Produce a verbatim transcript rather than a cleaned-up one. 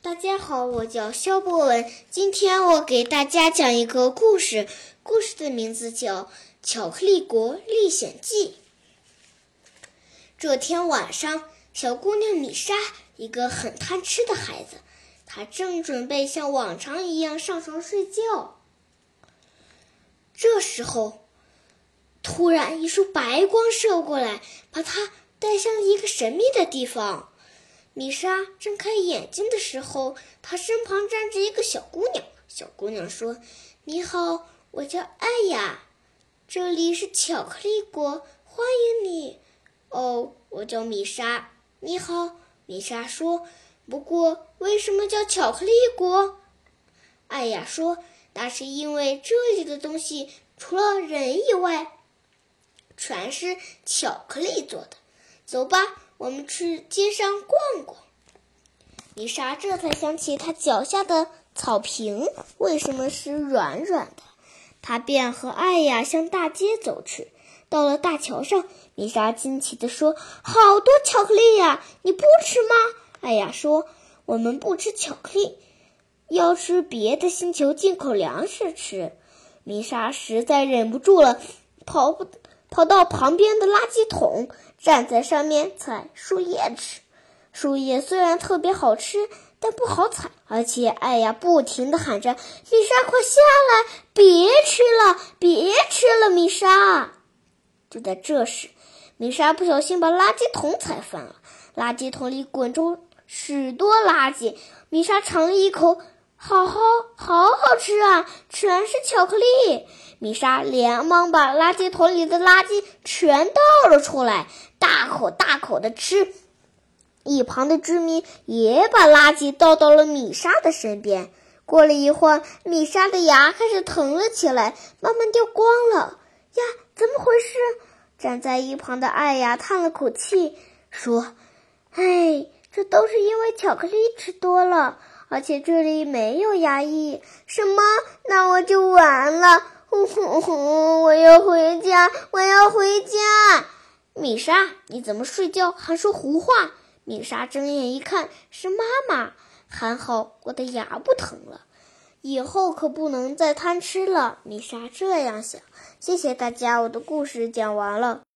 大家好，我叫肖博文，今天我给大家讲一个故事，故事的名字叫《巧克力国历险记》。这天晚上，小姑娘米莎，一个很贪吃的孩子，她正准备像往常一样上床睡觉。这时候，突然一束白光射过来，把她带向了一个神秘的地方。米莎睁开眼睛的时候，她身旁站着一个小姑娘。小姑娘说：“你好，我叫艾雅，这里是巧克力国，欢迎你。”“哦，我叫米莎。”“你好。”米莎说。“不过，为什么叫巧克力国？”艾雅说：“那是因为这里的东西除了人以外，全是巧克力做的。走吧，我们去街上逛逛。”米莎这才想起她脚下的草坪为什么是软软的，她便和艾雅向大街走去。到了大桥上，米莎惊奇地说：“好多巧克力呀，你不吃吗？”艾雅说：“我们不吃巧克力，要吃别的星球进口粮食吃。”米莎实在忍不住了，跑跑到旁边的垃圾桶，站在上面采树叶吃。树叶虽然特别好吃，但不好采，而且艾雅不停地喊着：“米莎，快下来，别吃了，别吃了，米莎！”就在这时，米莎不小心把垃圾桶踩翻了，垃圾桶里滚出许多垃圾。米莎尝了一口，好好好好吃啊，全是巧克力。米莎连忙把垃圾桶里的垃圾全倒了出来，大口大口地吃。一旁的居民也把垃圾倒到了米莎的身边。过了一会儿，米莎的牙开始疼了起来，慢慢掉光了。呀，怎么回事？站在一旁的艾雅叹了口气，说：“哎，这都是因为巧克力吃多了，而且这里没有牙医。”“什么？那我就完了！呼呼呼，我要回家，我要回家！”“米莎，你怎么睡觉还说胡话？”米莎睁眼一看，是妈妈。还好我的牙不疼了，以后可不能再贪吃了。米莎这样想。谢谢大家，我的故事讲完了。